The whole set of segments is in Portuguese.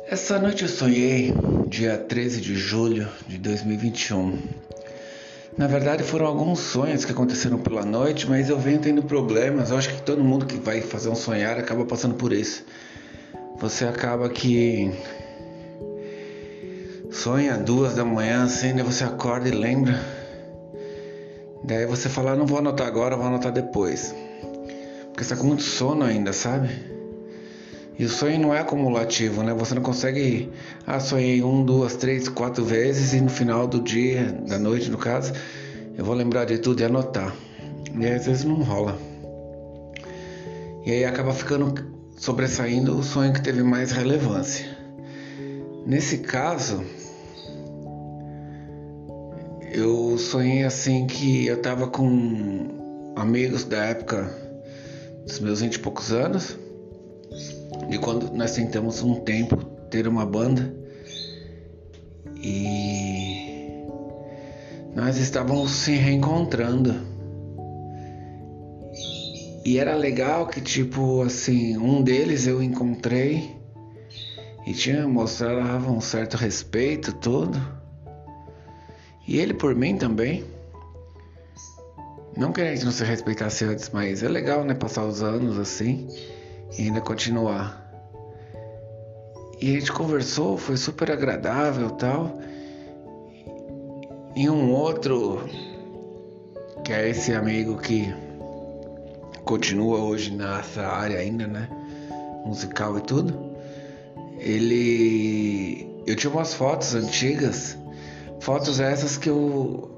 Essa noite eu sonhei, dia 13 de julho de 2021. Na verdade foram alguns sonhos que aconteceram pela noite, mas eu venho tendo problemas. Eu acho que todo mundo que vai fazer um sonhar acaba passando por isso. Você acaba que sonha 2 da manhã, assim, daí você acorda e lembra. Daí você fala, não vou anotar agora, vou anotar depois. Porque você tá com muito sono ainda, sabe? E o sonho não é acumulativo, né? Você não consegue, sonhei 1, 2, 3, 4 vezes e no final do dia, da noite no caso, eu vou lembrar de tudo e anotar. E aí, às vezes não rola. E aí acaba ficando sobressaindo o sonho que teve mais relevância. Nesse caso, eu sonhei assim que eu tava com amigos da época dos meus 20 e poucos anos. De quando nós tentamos um tempo ter uma banda e nós estávamos se reencontrando. E era legal que tipo assim, um deles eu encontrei e mostrava um certo respeito todo. E ele por mim também. Não que a gente não se respeitasse antes, mas é legal, né, passar os anos assim e ainda continuar. E a gente conversou, foi super agradável e tal. E um outro, que é esse amigo que continua hoje nessa área ainda, né? Musical e tudo. Eu tinha umas fotos antigas. Fotos essas que eu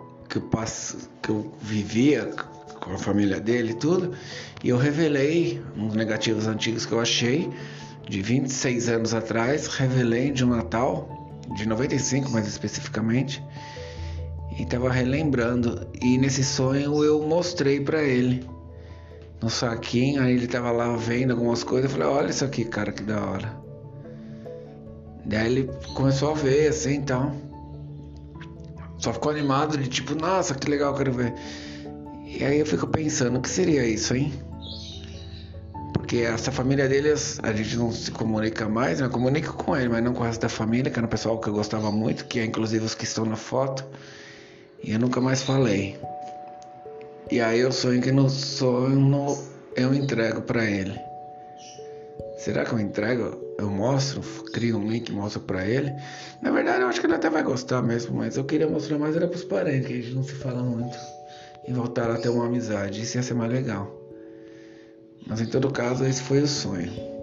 vivia com a família dele e tudo. E eu revelei uns negativos antigos que eu achei de 26 anos atrás, revelei de um Natal, de 95 mais especificamente, e tava relembrando. E nesse sonho eu mostrei pra ele no saquinho, aí ele tava lá vendo algumas coisas, eu falei, olha isso aqui, cara, que da hora. Daí ele começou a ver assim e tal. Só ficou animado de tipo, nossa, que legal, quero ver. E aí eu fico pensando, o que seria isso, hein? Porque essa família deles, a gente não se comunica mais, né? Eu comunico com ele, mas não com o resto da família, que era um pessoal que eu gostava muito, que é inclusive os que estão na foto. E eu nunca mais falei. E aí eu sonho que no sonho eu entrego pra ele. Será que eu entrego? Eu mostro, crio um link e mostro pra ele. Na verdade eu acho que ele até vai gostar mesmo, mas eu queria mostrar mais era pros parentes, que a gente não se fala muito. E voltar a ter uma amizade, isso ia ser mais legal. Mas em todo caso, esse foi o sonho.